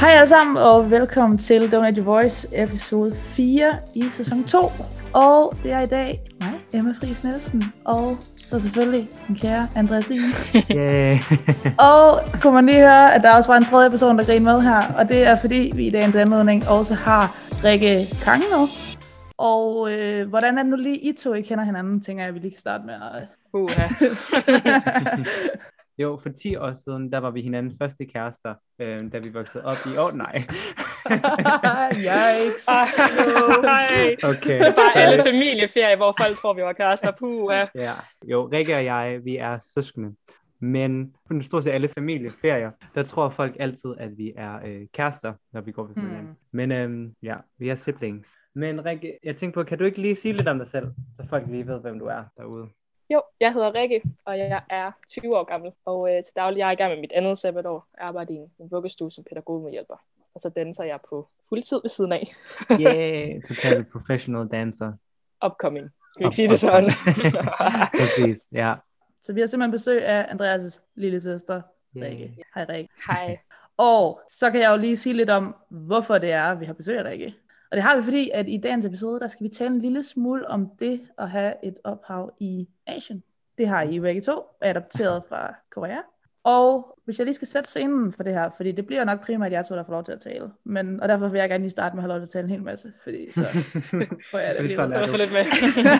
Hej alle sammen, og velkommen til Donate Your Voice, episode 4 i sæson 2. Og det er i dag mig, Emma Friis Nielsen, og så selvfølgelig min kære Andreas Lien. Yeah. Og kunne man lige høre, at der også var en tredje person, der griner med her, og det er fordi, vi i dagens anledning også har Rikke Kange med. Og hvordan er det nu lige I to, I kender hinanden, tænker jeg, vi lige kan starte med at... Jo, for 10 år siden, der var vi hinandens første kærester, da vi voksede op i nej. Yikes. Okay. Det er bare alle familieferier, hvor folk tror, vi var kærester. Ja. Jo, Rikke og jeg, vi er søskende. Men på stort set alle familieferier, der tror folk altid, at vi er kærester, når vi går ved siden af. Men ja, vi er siblings. Men Rikke, jeg tænkte på, kan du ikke lige sige lidt om dig selv, så folk lige ved, hvem du er derude? Jo, jeg hedder Rikke, og jeg er 20 år gammel, og til daglig jeg er i gang med mit andet sabbatår. Jeg arbejder i en vuggestue som pædagogmedhjælper, og så danser jeg på fuldtid ved siden af. Yeah, totalt professional dancer. Upcoming, skal vi ikke sige det sådan? Præcis, ja. Så vi har simpelthen besøg af Andreas' lille søster, Rikke. Yeah. Hej Rikke. Hej. Og så kan jeg jo lige sige lidt om, hvorfor det er, vi har besøg af Rikke. Og det har vi, fordi at i dagens episode, der skal vi tale en lille smule om det at have et ophav i Asien. Det har I begge to, adopteret fra Korea. Og hvis jeg lige skal sætte scenen for det her, fordi det bliver nok primært jeg to, der får lov til at tale. Og derfor vil jeg gerne lige starte med at have lov til at tale en hel masse, fordi så får jeg det lige Det var lidt med.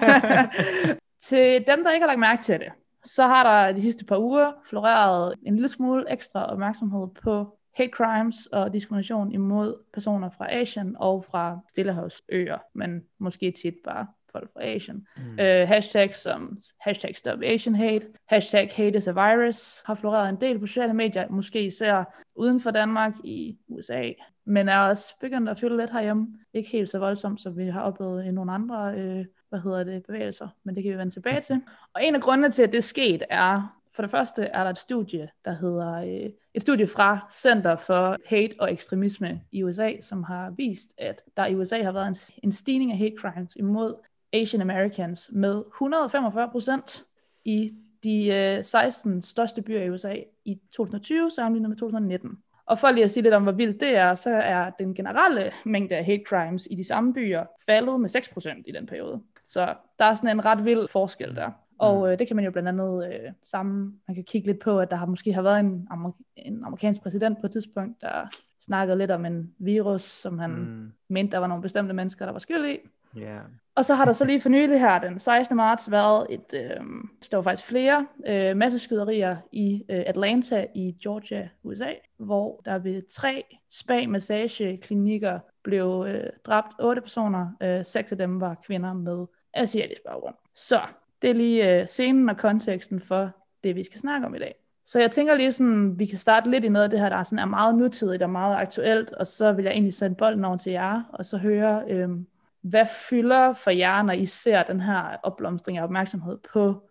Til dem, der ikke har lagt mærke til det, så har der de sidste par uger floreret en lille smule ekstra opmærksomhed på hate crimes og diskrimination imod personer fra Asien og fra Stillehavsøer, men måske tit bare folk fra Asien. Hashtags som hashtag Stop Asian Hate, hashtag Hate is a Virus har floreret en del på sociale medier, måske især uden for Danmark i USA, men er også begyndt at fylde lidt herhjemme. Ikke helt så voldsomt, som vi har oplevet i nogle andre bevægelser, men det kan vi vende tilbage til. Og en af grundene til, at det er sket, er, for det første er der et studie, der hedder et studie fra Center for Hate og Ekstremisme i USA, som har vist, at der i USA har været en stigning af hate crimes imod Asian Americans med 145% i de 16 største byer i USA i 2020 sammenlignet med 2019. Og for lige at sige lidt om, hvor vildt det er, så er den generelle mængde af hate crimes i de samme byer faldet med 6% i den periode. Så der er sådan en ret vild forskel der. Og det kan man jo blandt andet man kan kigge lidt på, at der måske har været en amerikansk præsident på et tidspunkt, der snakkede lidt om en virus, som han mente, der var nogle bestemte mennesker, der var skyld i. Yeah. Og så har der så lige for nylig her, den 16. marts, været der var faktisk flere masseskyderier i Atlanta i Georgia, USA, hvor der ved 3 spa-massageklinikker blev dræbt 8 personer. 6 af dem var kvinder med asiatisk baggrund. Så det er lige scenen og konteksten for det, vi skal snakke om i dag. Så jeg tænker lige sådan, vi kan starte lidt i noget af det her, der sådan er meget nutidigt og meget aktuelt, og så vil jeg egentlig sende bolden over til jer, og så høre, hvad fylder for jer, når I ser den her opblomstring af opmærksomhed på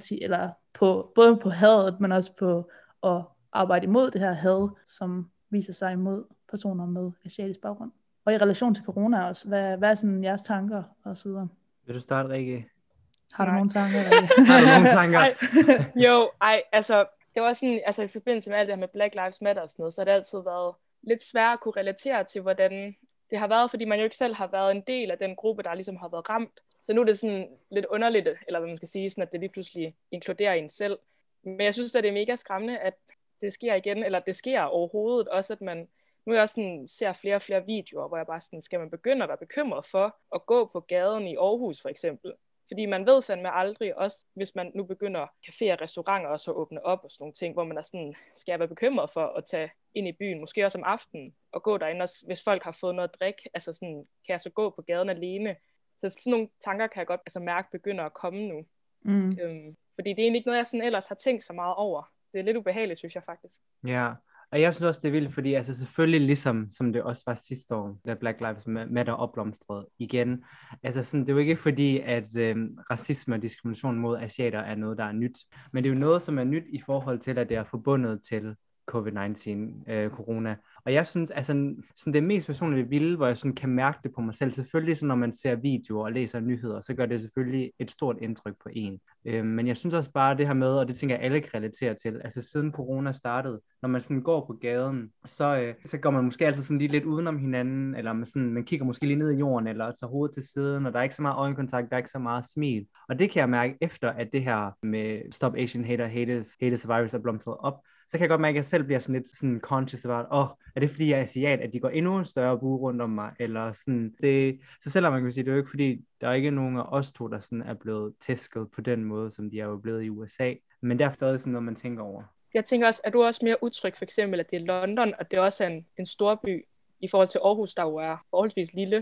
både på hadet, men også på at arbejde imod det her had, som viser sig imod personer med asiatisk baggrund. Og i relation til corona også, hvad er sådan jeres tanker og så videre? Vil du starte, Rikke? Har du nogle tanker? Har du nogle tanker? Altså, det var sådan, altså i forbindelse med alt det her med Black Lives Matter og sådan noget, så har det altid været lidt svært at kunne relatere til, hvordan det har været, fordi man jo ikke selv har været en del af den gruppe, der ligesom har været ramt. Så nu er det sådan lidt underligt, eller hvad man skal sige, sådan at det lige pludselig inkluderer en selv. Men jeg synes, at det er mega skræmmende, at det sker igen, eller det sker overhovedet også, at man nu er jeg også sådan, ser flere og flere videoer, hvor jeg bare sådan, skal man begynde at være bekymret for at gå på gaden i Aarhus for eksempel. Fordi man ved fandme aldrig, også hvis man nu begynder caféer og restauranter også at åbne op og sådan nogle ting, hvor man er sådan, skal jeg være bekymret for at tage ind i byen, måske også om aftenen, og gå derinde, og hvis folk har fået noget at drikke, altså sådan, kan jeg så gå på gaden alene? Så sådan nogle tanker kan jeg godt mærke begynder at komme nu. Fordi det er egentlig ikke noget, jeg sådan ellers har tænkt så meget over. Det er lidt ubehageligt, synes jeg faktisk. Ja, og jeg synes også, det er vildt, fordi altså selvfølgelig ligesom, som det også var sidste år, da Black Lives Matter opblomstrede igen, altså sådan, det er jo ikke fordi, at racisme og diskrimination mod asiater er noget, der er nyt, men det er jo noget, som er nyt i forhold til, at det er forbundet til COVID-19, corona. Og jeg synes, altså, sådan det mest personlige vilde, hvor jeg sådan kan mærke det på mig selv, selvfølgelig så når man ser videoer og læser nyheder, så gør det selvfølgelig et stort indtryk på en. Men jeg synes også bare det her med, og det tænker jeg alle kan relatere til, altså siden corona startede, når man sådan går på gaden, så går man måske altid sådan lige lidt udenom hinanden, eller man kigger måske lige ned i jorden, eller tager hovedet til siden, og der er ikke så meget øjenkontakt, der er ikke så meget smil. Og det kan jeg mærke efter, at det her med Stop Asian Haters Virus er blomstret op, så kan jeg godt mærke, at jeg selv bliver sådan lidt sådan conscious about, er det fordi jeg er asiat, at de går endnu større bue rundt om mig, eller sådan, så selvom man kan sige, det er jo ikke fordi, der er ikke nogen af os to, der sådan er blevet tæsket på den måde, som de er jo blevet i USA, men det er stadig sådan noget, man tænker over. Jeg tænker også, er du også mere utryg, for eksempel, at det er London, og det er også en stor by, i forhold til Aarhus, der jo er forholdsvis lille?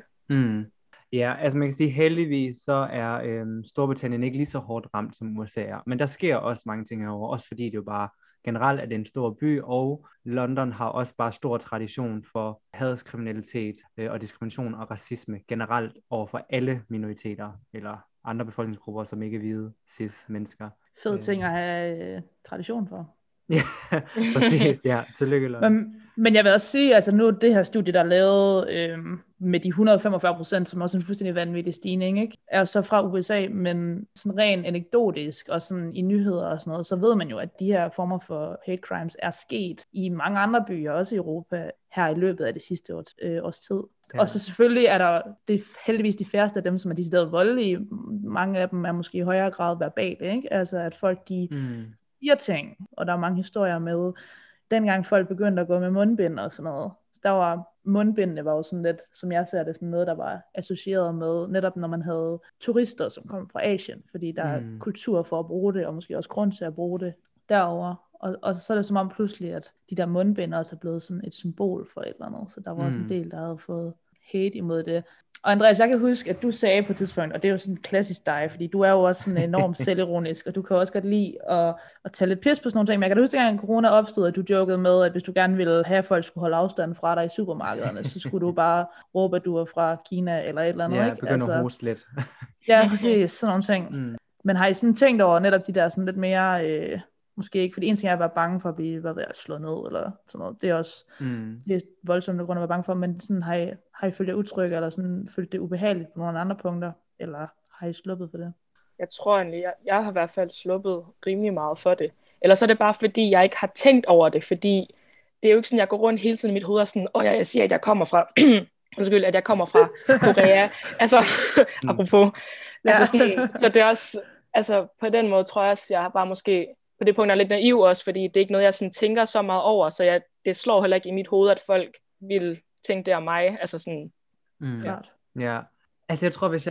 Ja, altså man kan sige, heldigvis så er Storbritannien ikke lige så hårdt ramt, som USA er, men der sker også mange ting herovre, også fordi det jo bare generelt er det en stor by, og London har også bare stor tradition for hadskriminalitet og diskrimination og racisme generelt over for alle minoriteter eller andre befolkningsgrupper, som ikke er hvide cis-mennesker. Fed ting at have tradition for. Ja, præcis, ja. Tillykke, London. Men jeg vil også sige, altså nu det her studie, der er lavet med de 145%, som også er en fuldstændig vanvittig stigning, ikke? Er så fra USA, men sådan rent anekdotisk og sådan i nyheder og sådan noget, så ved man jo, at de her former for hate crimes er sket i mange andre byer, også i Europa, her i løbet af det sidste års tid. Ja. Og så selvfølgelig er der heldigvis de færreste af dem, som er decideret voldelige. Mange af dem er måske i højere grad verbale, ikke? Altså at folk de siger ting, og der er mange historier med, dengang folk begyndte at gå med mundbind og sådan noget. Der var mundbindene var jo sådan lidt, som jeg ser det, sådan noget, der var associeret med, netop når man havde turister, som kom fra Asien, fordi der er kultur for at bruge det, og måske også grund til at bruge det derovre. Og så er det som om pludselig, at de der mundbind også er blevet sådan et symbol for et eller andet, så der var også en del, der havde fået hate imod det. Og Andreas, jeg kan huske, at du sagde på et tidspunkt, og det er jo sådan klassisk dig, fordi du er jo også sådan enormt selvironisk, og du kan også godt lide at tage lidt pis på sådan nogle ting. Men jeg kan huske, at corona opstod, at du jokede med, at hvis du gerne ville have, at folk skulle holde afstand fra dig i supermarkederne, så skulle du bare råbe, at du er fra Kina eller et eller andet. Ja, begynde at hoste lidt. Ja, præcis, sådan nogle ting. Men har I sådan tænkt over netop de der sådan lidt mere... Måske ikke, fordi en ting er at være bange for at blive slået ned, eller sådan noget. Det er også det er voldsomt på grund af at være bange for, men sådan, har I følt jer utryg, eller sådan, følt det ubehageligt på nogle andre punkter, eller har I sluppet for det? Jeg tror egentlig, jeg har i hvert fald sluppet rimelig meget for det. Eller så er det bare fordi, jeg ikke har tænkt over det, fordi det er jo ikke sådan, jeg går rundt hele tiden i mit hoved og sådan, jeg siger, at jeg kommer fra... Undskyld, at jeg kommer fra Korea. Altså, apropos. Ja. Altså sådan, så det er også... Altså, på den måde tror jeg også, jeg har bare måske... På det punkt er lidt naiv også, fordi det er ikke noget, jeg sådan tænker så meget over, så det slår heller ikke i mit hoved, at folk vil tænke det om mig. Altså sådan, klart. Ja, altså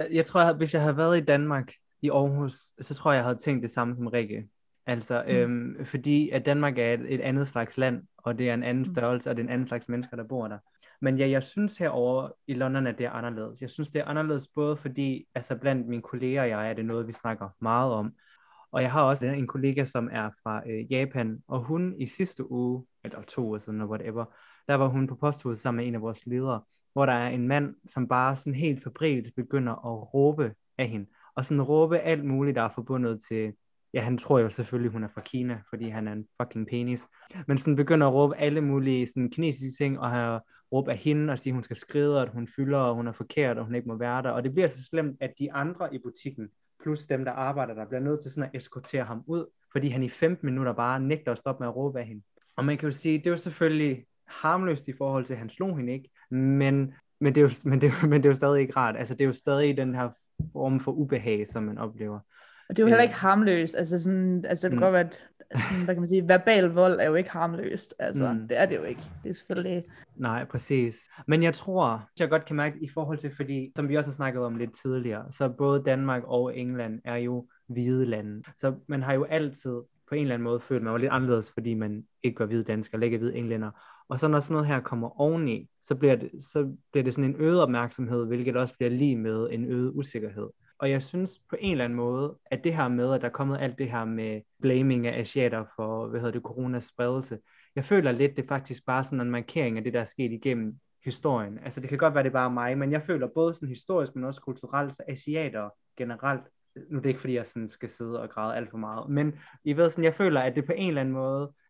hvis jeg havde været i Danmark, i Aarhus, så tror jeg havde tænkt det samme som Rikke. Altså, fordi at Danmark er et andet slags land, og det er en anden størrelse, og det er en anden slags mennesker, der bor der. Men ja, jeg synes herovre i London, at det er anderledes. Jeg synes, det er anderledes både fordi, altså blandt mine kolleger og jeg, er det noget, vi snakker meget om. Og jeg har også en kollega, som er fra Japan, og hun i sidste uge, eller 2 uger siden, eller whatever, der var hun på posthuset sammen med en af vores ledere, hvor der er en mand, som bare sådan helt febrilt begynder at råbe af hende, og sådan råbe alt muligt, der er forbundet til, ja, han tror jo selvfølgelig, hun er fra Kina, fordi han er en fucking penis, men sådan begynder at råbe alle mulige sådan kinesiske ting, og har råb af hende, og sige, at hun skal skride, at hun fylder, og hun er forkert, og hun ikke må være der, og det bliver så slemt, at de andre i butikken, plus dem, der arbejder der, bliver nødt til sådan at eskortere ham ud, fordi han i 15 minutter bare nægter at stoppe med at råbe af hende. Og man kan jo sige, det er jo selvfølgelig harmløst i forhold til, at han slog hende ikke, men det er jo stadig ikke rart. Altså det er jo stadig den her form for ubehag, som man oplever. Og det er jo heller ikke harmløst. Altså sådan, det kan godt være, sådan, hvad kan man sige, verbal vold er jo ikke harmløst. Altså det er det jo ikke. Det er selvfølgelig... Nej, præcis. Men jeg tror, jeg godt kan mærke i forhold til, fordi som vi også har snakket om lidt tidligere, så både Danmark og England er jo hvide lande. Så man har jo altid på en eller anden måde følt, at man var lidt anderledes, fordi man ikke var hvide dansker, eller ikke er hvide englænder. Og så når sådan noget her kommer oveni, så bliver det sådan en øget opmærksomhed, hvilket også bliver lige med en øget usikkerhed. Og jeg synes på en eller anden måde, at det her med, at der er kommet alt det her med blaming af asiater for, coronas spredelse, jeg føler lidt, det er faktisk bare sådan en markering af det, der er sket igennem historien. Altså det kan godt være, det er bare mig, men jeg føler både sådan historisk, men også kulturelt, så asiater generelt, nu er det ikke fordi, jeg sådan skal sidde og græde alt for meget, men I ved sådan, jeg føler, at det på en eller anden måde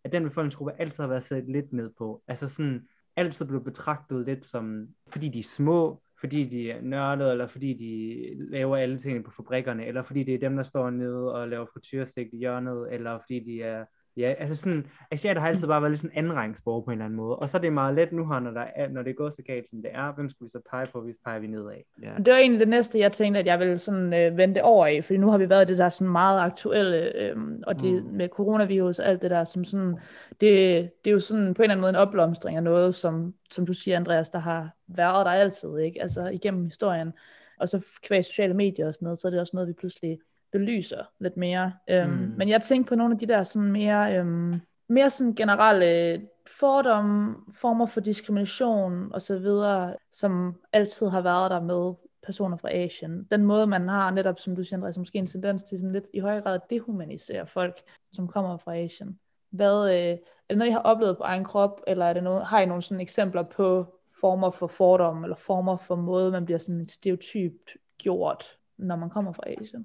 at den befolkningsgruppe altid har været sat lidt ned på. Altså sådan, altid blevet betragtet lidt som, fordi de er små, fordi de er nørdede, eller fordi de laver alle tingene på fabrikkerne, eller fordi det er dem, der står nede og laver frityresigt i hjørnet, eller fordi de er, ja, altså sådan, asiater har altid bare været lidt sådan andenrangsborger på en eller anden måde, og så er det meget let nu her, når det er gået så galt, som det er, hvem skulle vi så pege på, vi peger vi nedad. Ja. Det var egentlig det næste, jeg tænkte, at jeg ville sådan vende over i, fordi nu har vi været det der sådan meget aktuelle, og det med coronavirus og alt det der, som sådan, det er jo sådan på en eller anden måde en opblomstring af noget, som du siger, Andreas, der har været der altid, ikke? Altså igennem historien, og så kvæg sociale medier og sådan noget, så er det også noget, vi pludselig belyser lidt mere. Men jeg tænkte på nogle af de der sådan mere sådan generelle fordomme, former for diskrimination og så videre, som altid har været der med personer fra Asien. Den måde, man har netop, som du siger, Andreas, måske en tendens til sådan lidt i høj grad at dehumanisere folk, som kommer fra Asien. Er det noget, I har oplevet på egen krop, eller er det noget, har I nogle sådan eksempler på former for fordomme, eller former for måde, man bliver sådan et stereotypt gjort, når man kommer fra Asien?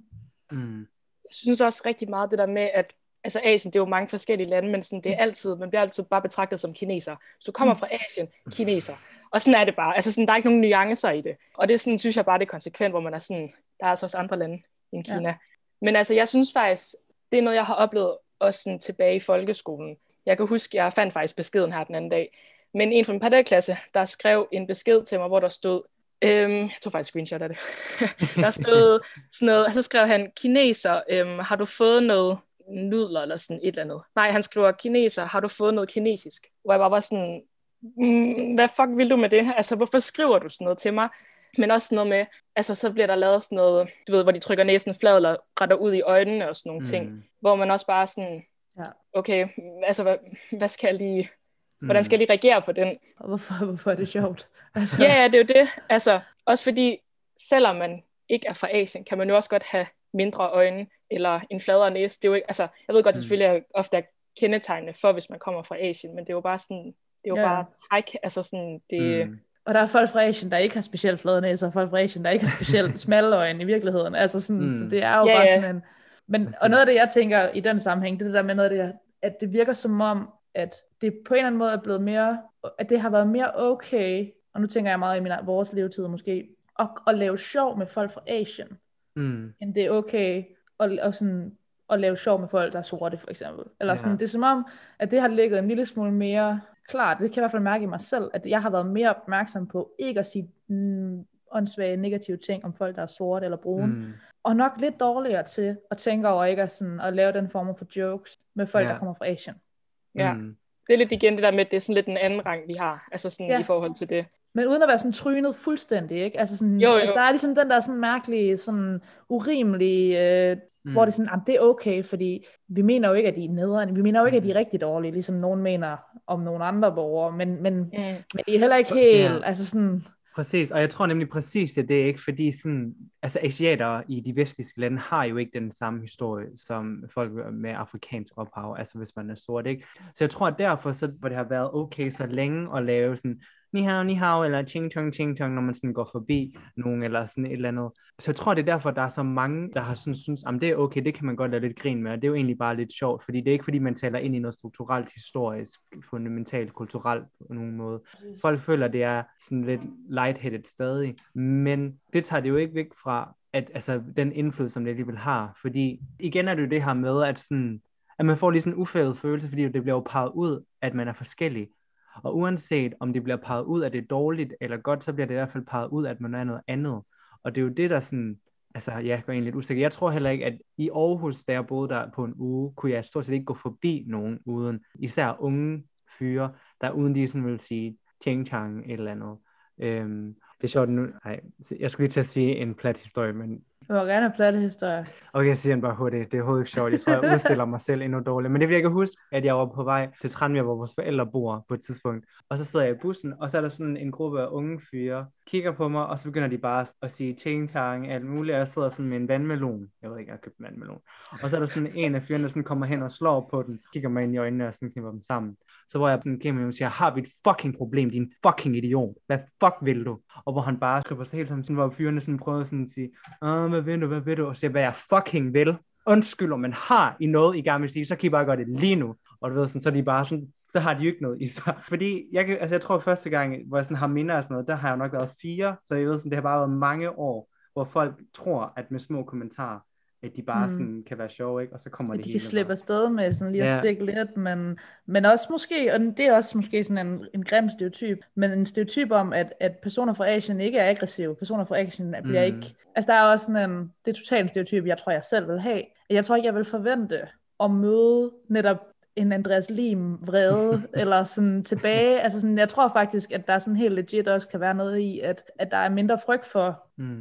Jeg synes også rigtig meget det der med, at altså Asien, det er jo mange forskellige lande, men sådan, det er altid, man bliver altid bare betragtet som kineser. Så du kommer fra Asien, kineser. Og sådan er det bare. Altså sådan, der er ikke nogen nuancer i det. Og det sådan, synes jeg bare, det er konsekvent, hvor man er sådan, der er altså også andre lande end Kina. Ja. Men altså, jeg synes faktisk, det er noget, jeg har oplevet også sådan, tilbage i folkeskolen. Jeg kan huske, jeg fandt faktisk beskeden her den anden dag. Men en fra min parallelklasse, der skrev en besked til mig, hvor der stod, jeg tog faktisk screenshot af det. Der stod sådan noget, og så skrev han, kineser, har du fået noget nudler eller sådan et eller andet. Nej, han skriver, kineser, har du fået noget kinesisk? Hvor jeg bare var sådan, hvad fuck vil du med det? Altså, hvorfor skriver du sådan noget til mig? Men også sådan noget med, altså så bliver der lavet sådan noget, du ved, hvor de trykker næsen flad eller retter ud i øjnene og sådan nogle ting. Hvor man også bare sådan, okay, altså hvad skal jeg lige, hvordan skal jeg lige reagere på den? Og hvorfor er det sjovt? Altså. Ja, det er jo det. Altså, også fordi, selvom man ikke er fra Asien, kan man jo også godt have mindre øjne, eller en fladere næse. Det er jo ikke, altså, jeg ved godt, det selvfølgelig ofte er kendetegnende for, hvis man kommer fra Asien, men det er jo bare sådan, det er jo bare træk, altså sådan, det... Og der er folk fra Asien, der ikke har specielt flade næser, og folk fra Asien, der ikke har specielt smalle øjne i virkeligheden. Altså sådan, så det er jo bare sådan en... Men, og noget af det, jeg tænker i den sammenhæng, det er det der med noget af det, at det virker som om, at det på en eller anden måde er blevet mere, at det har været mere okay, og nu tænker jeg meget i vores levetid måske, at lave sjov med folk fra Asien, end det er okay at lave sjov med folk, der er sorte for eksempel. Eller sådan, det er som om, at det har ligget en lille smule mere klart. Det kan jeg i hvert fald mærke i mig selv, at jeg har været mere opmærksom på ikke at sige åndssvage negative ting om folk, der er sorte eller brune. Og nok lidt dårligere til at tænke over ikke at lave den form for jokes med folk, der kommer fra Asien. Ja, det er lidt igen det der med, at det er sådan lidt en anden rang, vi har, altså sådan i forhold til det. Men uden at være sådan trynet fuldstændig, ikke? Altså sådan, jo. Altså der er ligesom den der sådan mærkelige, sådan urimelige, hvor det er sådan, det er okay, fordi vi mener jo ikke, at de er nederen, vi mener jo ikke, at de er rigtig dårlige, ligesom nogen mener om nogle andre borgere, men de er heller ikke helt, altså sådan... Præcis, og jeg tror nemlig præcis, at det er ikke fordi sådan, altså asiater i de vestlige lande har jo ikke den samme historie som folk med afrikansk ophav, altså hvis man er sort, ikke? Så jeg tror at derfor, så, hvor det har været okay så længe at lave sådan, ni hao, eller ching chong, når man sådan går forbi nogen, eller sådan et eller andet. Så jeg tror, det er derfor, der er så mange, der har sådan synes, det er okay, det kan man godt lade lidt grin med, og det er jo egentlig bare lidt sjovt, fordi det er ikke fordi, man taler ind i noget strukturelt, historisk, fundamentalt, kulturelt på nogen måde. Folk føler, det er sådan lidt lightheaded stadig, men det tager det jo ikke væk fra, at altså, den indflydelse, som det alligevel har, fordi igen er det jo det her med, at man får lige sådan en ufædet følelse, fordi det bliver jo peget ud, at man er forskellig. Og uanset om det bliver peget ud, at det er dårligt eller godt, så bliver det i hvert fald peget ud, at man er noget andet. Og det er jo det, der sådan, altså jeg går egentlig lidt usikker. Jeg tror heller ikke, at i Aarhus, da jeg boede der på en uge, kunne jeg stort set ikke gå forbi nogen uden, især unge fyre, der uden de sådan vil sige, ching chang et eller andet. Det er sjovt nu, jeg skulle lige til at sige en plat historie, men... Jeg vil gerne have platte historier. Okay, jeg siger den bare hurtigt. Det er overhovedet ikke sjovt. Jeg tror, jeg udstiller mig selv endnu dårligt. Men det vil jeg ikke huske, at jeg var på vej til Tranbjerg, hvor vores forældre bor på et tidspunkt. Og så sidder jeg i bussen, og så er der sådan en gruppe af unge fyre, kigger på mig, og så begynder de bare at sige ting, tang, alt muligt. Og jeg sidder sådan med en vandmelon. Jeg ved ikke, jeg har købt en vandmelon. Og så er der sådan en af fyrene, der sådan kommer hen og slår på den, kigger mig ind i øjnene og sådan knipper dem sammen. Så hvor jeg sådan kigger med og siger, har vi et fucking problem, din fucking idiot? Hvad fuck vil du? Og hvor han bare skriver sig helt sådan, hvor fyrene sådan prøver sådan at sige, hvad vil du? Og siger, hvad jeg fucking vil. Undskyld, om man har i noget, I gerne vil sige, så kan I bare gøre det lige nu. og du ved sådan, så er de bare sådan, så har de jo ikke noget i sig. Fordi jeg tror første gang, hvor jeg sådan har minder og sådan noget, der har jeg nok været 4, så jeg ved sådan, det har bare været mange år, hvor folk tror, at med små kommentarer, at de bare sådan kan være sjove, ikke? Og så kommer at det de hele kan slippe bare. afsted med sådan lige at stikke lidt, men også måske, og det er også måske sådan en grim stereotyp, men en stereotyp om, at personer fra Asien ikke er aggressive, personer fra Asien bliver ikke, altså der er også sådan det er totalt en stereotyp, jeg tror jeg selv vil have. Jeg tror ikke, jeg vil forvente at møde netop en Andreas Lim vrede, eller sådan tilbage, altså sådan, jeg tror faktisk, at der sådan helt legit også kan være noget i, at der er mindre frygt for,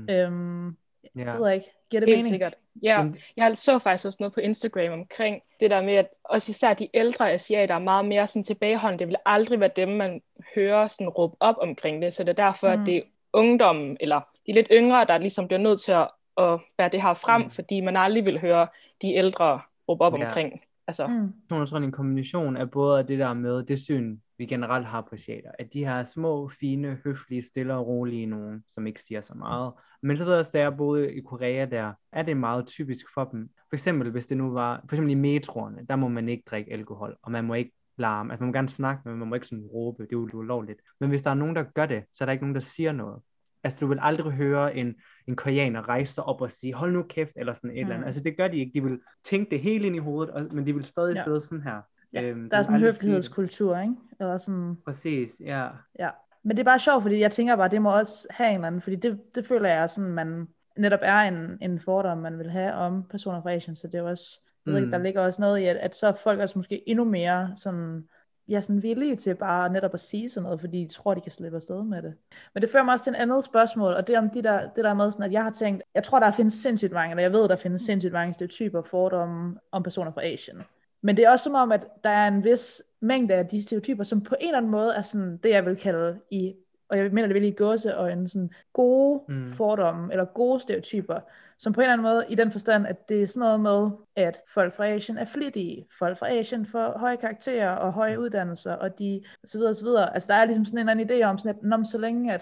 det ved jeg ikke, giver det helt mening? Sikkert. Ja, jeg så faktisk også noget på Instagram omkring det der med, at også især de ældre asiater er meget mere sådan tilbageholdende. Det vil aldrig være dem, man hører sådan råbe op omkring det, så det er derfor, at det er ungdommen, eller de lidt yngre, der ligesom bliver nødt til at bære det her frem, fordi man aldrig vil høre de ældre råbe op omkring. Altså. Jeg tror, en kombination af både det der med det syn, vi generelt har på asiater, at de her små, fine, høflige, stille og rolige nogen, som ikke siger så meget. Men så ved jeg også, da jeg boede i Korea, der er det meget typisk for dem. For eksempel, hvis det nu var, for eksempel i metroerne, der må man ikke drikke alkohol, og man må ikke larme, altså man må gerne snakke, men man må ikke sådan råbe, det er jo ulovligt. Men hvis der er nogen, der gør det, så er der ikke nogen, der siger noget. Altså du vil aldrig høre en koreaner rejse sig op og sige, hold nu kæft, eller sådan et eller andet. Altså det gør de ikke, de vil tænke det hele ind i hovedet, men de vil stadig sidde sådan her. Ja, der er sådan en høflighedskultur, ikke? Eller sådan. Præcis, ja. Men det er bare sjovt, fordi jeg tænker bare, det må også have en eller anden, fordi det føler jeg sådan, man netop er en fordom, man vil have om personer fra Asien, så det er jo også, jeg ved ikke, der ligger også noget i, at så er folk også måske endnu mere sådan, sådan villige til bare netop at sige sådan noget, fordi de tror, de kan slippe afsted med det. Men det fører mig også til en andet spørgsmål, og det er om det der med sådan, at jeg har tænkt, jeg tror, der findes sindssygt mange, eller jeg ved, der findes sindssygt mange stereotyper og fordomme om personer fra Asien. Men det er også som om, at der er en vis mængde af de stereotyper, som på en eller anden måde er sådan det, jeg vil kalde og jeg mener det virkelig i gåseøjne, sådan gode fordomme, eller gode stereotyper, som på en eller anden måde, i den forstand, at det er sådan noget med, at folk fra Asien er flittige, folk fra Asien får høje karakterer og høje uddannelser, og de, så videre, så videre. Altså der er ligesom sådan en eller anden idé om, sådan at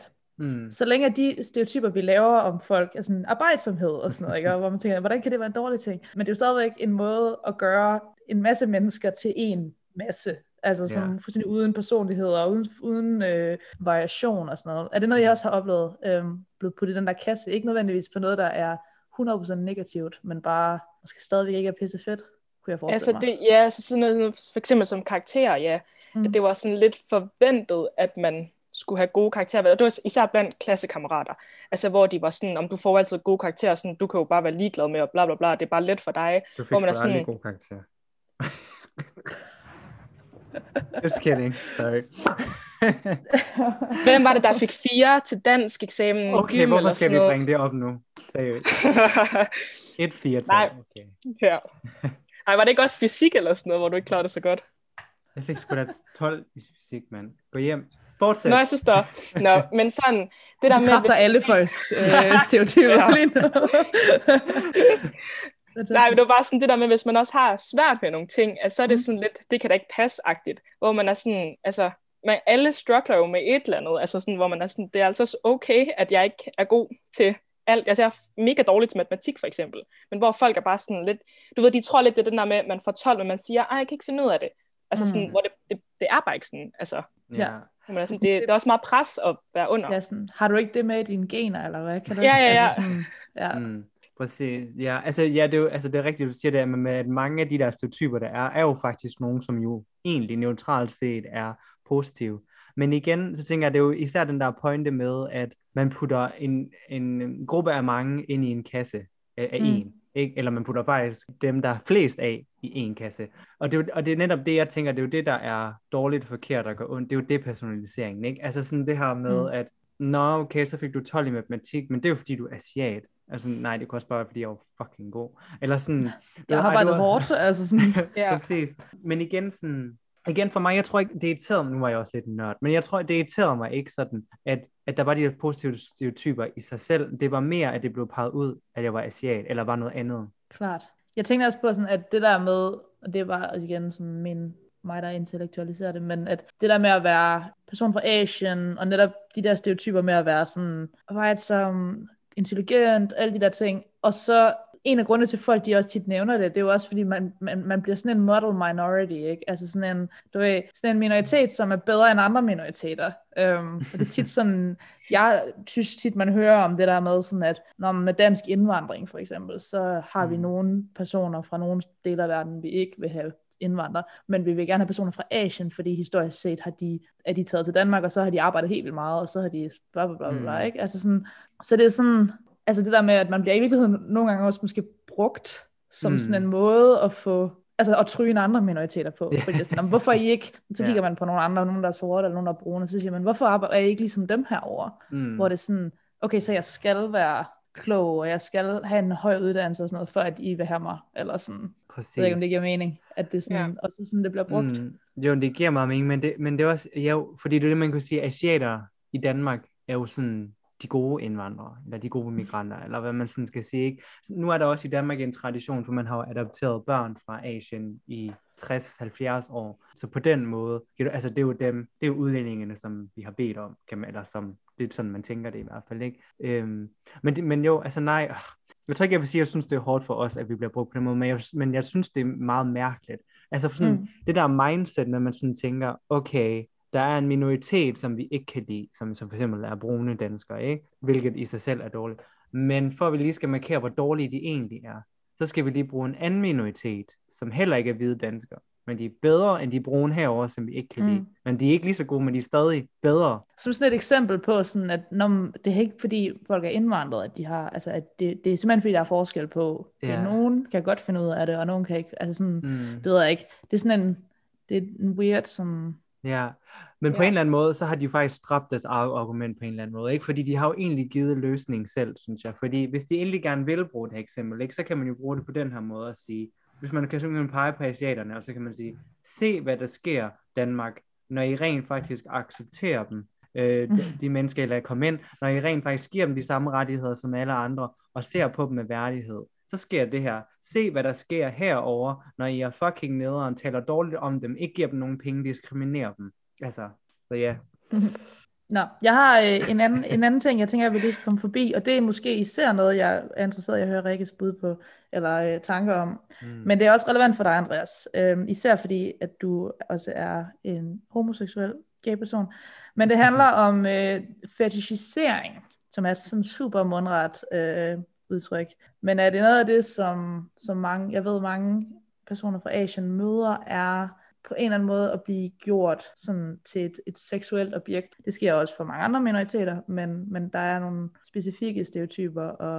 så længe at de stereotyper, vi laver om folk, er sådan arbejdsomhed og sådan noget, ikke? Og hvor man tænker, hvordan kan det være en dårlig ting? Men det er jo stadigvæk en måde at gøre en masse mennesker til en masse. Altså som fuldstændig uden personlighed og uden variation og sådan noget. Er det noget, jeg også har oplevet blevet puttet i den der kasse? Ikke nødvendigvis på noget, der er 100% negativt, men bare måske stadigvæk ikke er pisse fedt, kunne jeg forestille mig. Altså sådan noget, for eksempel som karakterer, at det var sådan lidt forventet, at man skulle have gode karakterer. Og det var især blandt klassekammerater. Altså hvor de var sådan, om du får altid gode karakterer, sådan, du kan jo bare være ligeglad med, og bla bla bla, det er bare let for dig. Du fik sgu aldrig gode karakterer. Just kidding, sorry. Hvem var det, der fik 4 til dansk eksamen? Okay, hvorfor skal vi bringe det op nu? Seriøst. 1-4 til. Nej. Okay. Ja. Ej, var det ikke også fysik eller sådan noget, hvor du ikke klarede det så godt? Jeg fik sgu da 12 i fysik, mand. Gå hjem. Fortsæt. Nå, jeg synes da. Nå, men sådan, det der med... Kræfter alle folks stereotyper lige nu. Nej, men det var bare sådan det der med, hvis man også har svært ved nogle ting, altså så er det sådan lidt, det kan da ikke passe-agtigt, hvor man er sådan, altså, alle struggler jo med et eller andet, altså sådan, hvor man er sådan, det er altså okay, at jeg ikke er god til alt, altså jeg er mega dårlig til matematik for eksempel, men hvor folk er bare sådan lidt, du ved, de tror lidt, det er den der med, at man får 12, men man siger, jeg kan ikke finde ud af det, altså sådan, hvor det er bare ikke sådan, altså, men altså, det er også meget pres at være under. Ja, sådan, har du ikke det med i dine gener, eller hvad? Kan du ja. Altså sådan, Præcis, ja, altså, det er rigtigt, du siger det, med at mange af de der stereotyper, der er jo faktisk nogen, som jo egentlig neutralt set er positive. Men igen, så tænker jeg, det er jo især den der pointe med, at man putter en gruppe af mange ind i en kasse af en, ikke? Eller man putter faktisk dem, der er flest af, i en kasse. Og det er netop det, jeg tænker, det er jo det, der er dårligt forkert og går ondt. Det er jo depersonaliseringen, ikke? Altså sådan det her med, at nå, okay, så fik du 12 i matematik, men det er jo fordi, du er asiat. Altså, nej, det kunne også bare være, fordi jeg var fucking god. Eller sådan... Jeg har arbejdet hårdt, altså sådan... Præcis. Men igen for mig, jeg tror ikke, det irriterede mig, nu var jeg også lidt nørd, men jeg tror, det irriterede mig ikke sådan, at der var de her positive stereotyper i sig selv. Det var mere, at det blev peget ud, at jeg var asiat, eller var noget andet. Klart. Jeg tænkte også på sådan, at det der med, og det var igen sådan mig, der intellektualiserer det, men at det der med at være person fra Asien, og netop de der stereotyper med at være sådan, arbejdsom, intelligent, alle de der ting, og så en af grundene til folk, de også tit nævner det, det er jo også, fordi man bliver sådan en model minority, ikke? Altså sådan en, sådan en minoritet, som er bedre end andre minoriteter. Og det er tit sådan, jeg synes tit, man hører om det der med sådan, at når man med dansk indvandring for eksempel, så har vi nogle personer fra nogle dele af verden, vi ikke vil have indvandrere, men vi vil gerne have personer fra Asien, fordi historisk set er de taget til Danmark, og så har de arbejdet helt vildt meget, og så har de bla bla bla bla, ikke? Altså sådan, så det er sådan, altså det der med, at man bliver i virkeligheden nogle gange også måske brugt som sådan en måde at få, altså at tryne andre minoriteter på. Fordi det er sådan, hvorfor er I ikke, så kigger man på nogle andre, nogen der er sorte, eller nogen der er brune, så siger man, hvorfor er I ikke ligesom dem herovre? Hvor det er sådan, okay, så jeg skal være klog, og jeg skal have en høj uddannelse og sådan noget, for at I vil have mig, eller sådan. Præcis. Jeg ved ikke, om det giver mening, at det er sådan, og så sådan, det bliver brugt. Jo, det giver meget mening, men det er også, fordi det er det, man kan sige, asiater i Danmark er jo sådan de gode indvandrere, eller de gode migranter, eller hvad man sådan skal sige, ikke? Nu er der også i Danmark en tradition, for man har adopteret børn fra Asien i 60-70 år, så på den måde, altså det er jo udlændingene, som vi har bedt om, eller som, det er sådan, man tænker det i hvert fald, ikke? Men jo, altså nej, jeg tror ikke, jeg vil sige, at jeg synes, det er hårdt for os, at vi bliver brugt på den måde, men jeg synes, det er meget mærkeligt. Altså sådan, det der mindset, når man sådan tænker, okay, der er en minoritet, som vi ikke kan lide, som for eksempel er brune danskere, ikke? Hvilket i sig selv er dårligt. Men for at vi lige skal markere, hvor dårlige de egentlig er, så skal vi lige bruge en anden minoritet, som heller ikke er hvide danskere. Men de er bedre end de brune herovre, som vi ikke kan lide. Men de er ikke lige så gode, men de er stadig bedre. Som sådan et eksempel på, sådan at det er ikke fordi folk er indvandret, at de har, altså at det er simpelthen fordi, der er forskel på. Nogen kan godt finde ud af det, og nogen kan ikke. Altså sådan, det ved jeg ikke. Det er sådan det er en weird sådan. Ja, men på en eller anden måde, så har de jo faktisk dræbt deres argument på en eller anden måde, ikke? Fordi de har jo egentlig givet løsningen selv, synes jeg. Fordi hvis de egentlig gerne vil bruge det her eksempel, ikke? Så kan man jo bruge det på den her måde at sige, hvis man kan simpelthen pege på asiaterne, og så kan man sige, se hvad der sker, Danmark, når I rent faktisk accepterer dem, de mennesker, der kommer ind, når I rent faktisk giver dem de samme rettigheder som alle andre, og ser på dem med værdighed. Så sker det her. Se, hvad der sker herover, når I er fucking nederen, taler dårligt om dem, ikke giver dem nogen penge, diskriminerer dem. Altså, så ja. Nå, jeg har en anden ting, jeg tænker, jeg vil lige komme forbi, og det er måske især noget, jeg er interesseret i at høre Rikkes bud på, eller tanker om. Men det er også relevant for dig, Andreas. Især fordi, at du også er en homoseksuel gay person. Men det handler om fetishisering, som er sådan super mundret udtryk. Men er det noget af det, som mange personer fra Asien møder, er på en eller anden måde at blive gjort sådan til et seksuelt objekt. Det sker også for mange andre minoriteter, men der er nogle specifikke stereotyper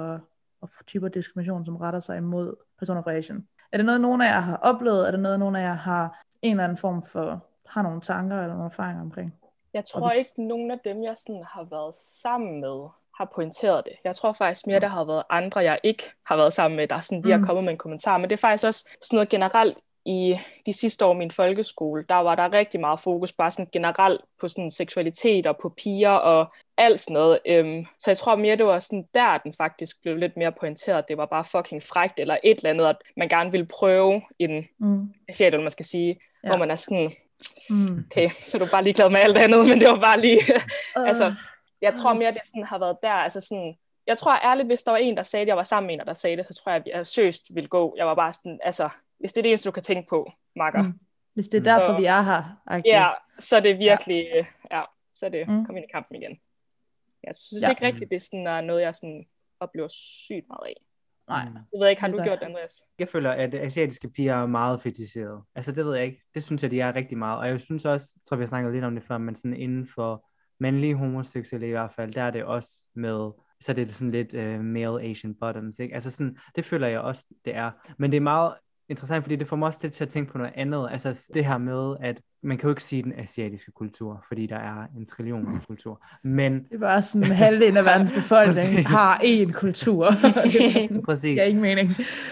og typer diskrimination, som retter sig imod personer fra Asien. Er det noget, nogen af jer har oplevet? Er det noget, nogen af jer har en eller anden form for, har nogle tanker eller nogle erfaringer omkring? Jeg tror ikke, nogen af dem, jeg sådan har været sammen med, har pointeret det. Jeg tror faktisk mere, der har været andre, jeg ikke har været sammen med, der sådan lige har kommet med en kommentar. Men det er faktisk også sådan noget generelt i de sidste år i min folkeskole, der var der rigtig meget fokus bare sådan generelt på sådan seksualitet og på piger og alt sådan noget. Så jeg tror mere, det var sådan der, den faktisk blev lidt mere pointeret. Det var bare fucking frækt eller et eller andet, at man gerne ville prøve en asiat, man skal sige, hvor man er sådan, okay, så er du bare ligeglad med alt andet, men det var bare lige, altså, jeg tror mere, det sådan har været der, altså sådan, jeg tror ærligt, hvis der var en, der sagde det, jeg var sammen med en, der sagde det, så tror jeg, at jeg seriøst ville gå. Jeg var bare sådan, altså, hvis det er det eneste, du kan tænke på, makker. Hvis det er derfor, så, vi er her. Okay. Ja, så er det virkelig, så er det, kom ind i kampen igen. Jeg synes ikke rigtigt, det er sådan noget, jeg sådan oplever sygt meget af. Nej. Jeg ved ikke, har du gjort det, Andreas? Jeg føler, at asiatiske piger er meget fetiseret. Altså, det ved jeg ikke. Det synes jeg, de er rigtig meget. Og jeg synes også, tror vi har snakket lidt om det før, men sådan inden for mandlige homoseksuelle i hvert fald, der er det også med, så det er sådan lidt male Asian bottoms, ikke? Altså sådan, det føler jeg også, det er. Men det er meget interessant, fordi det får mig også lidt til at tænke på noget andet. Altså det her med, at man kan jo ikke sige den asiatiske kultur, fordi der er en trillion kultur. Men det er bare sådan halvdelen af verdens befolkning har én kultur. Præcis. Det er ingen mening.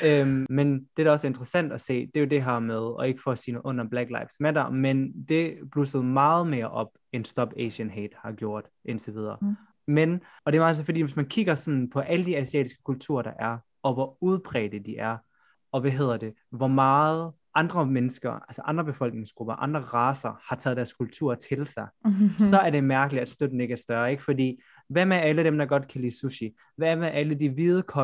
Men det, der også er interessant at se, det er jo det her med, og ikke for at sige noget under Black Lives Matter, men det blussede meget mere op, end Stop Asian Hate har gjort indtil videre. Men, og det er meget så, fordi hvis man kigger sådan på alle de asiatiske kulturer, der er, og hvor udbredte de er, og hvor meget andre mennesker, altså andre befolkningsgrupper, andre racer, har taget deres kultur til sig, så er det mærkeligt, at støtten ikke er større, ikke? Fordi, hvad med alle dem, der godt kan lide sushi? Hvad med alle de hvide kokke,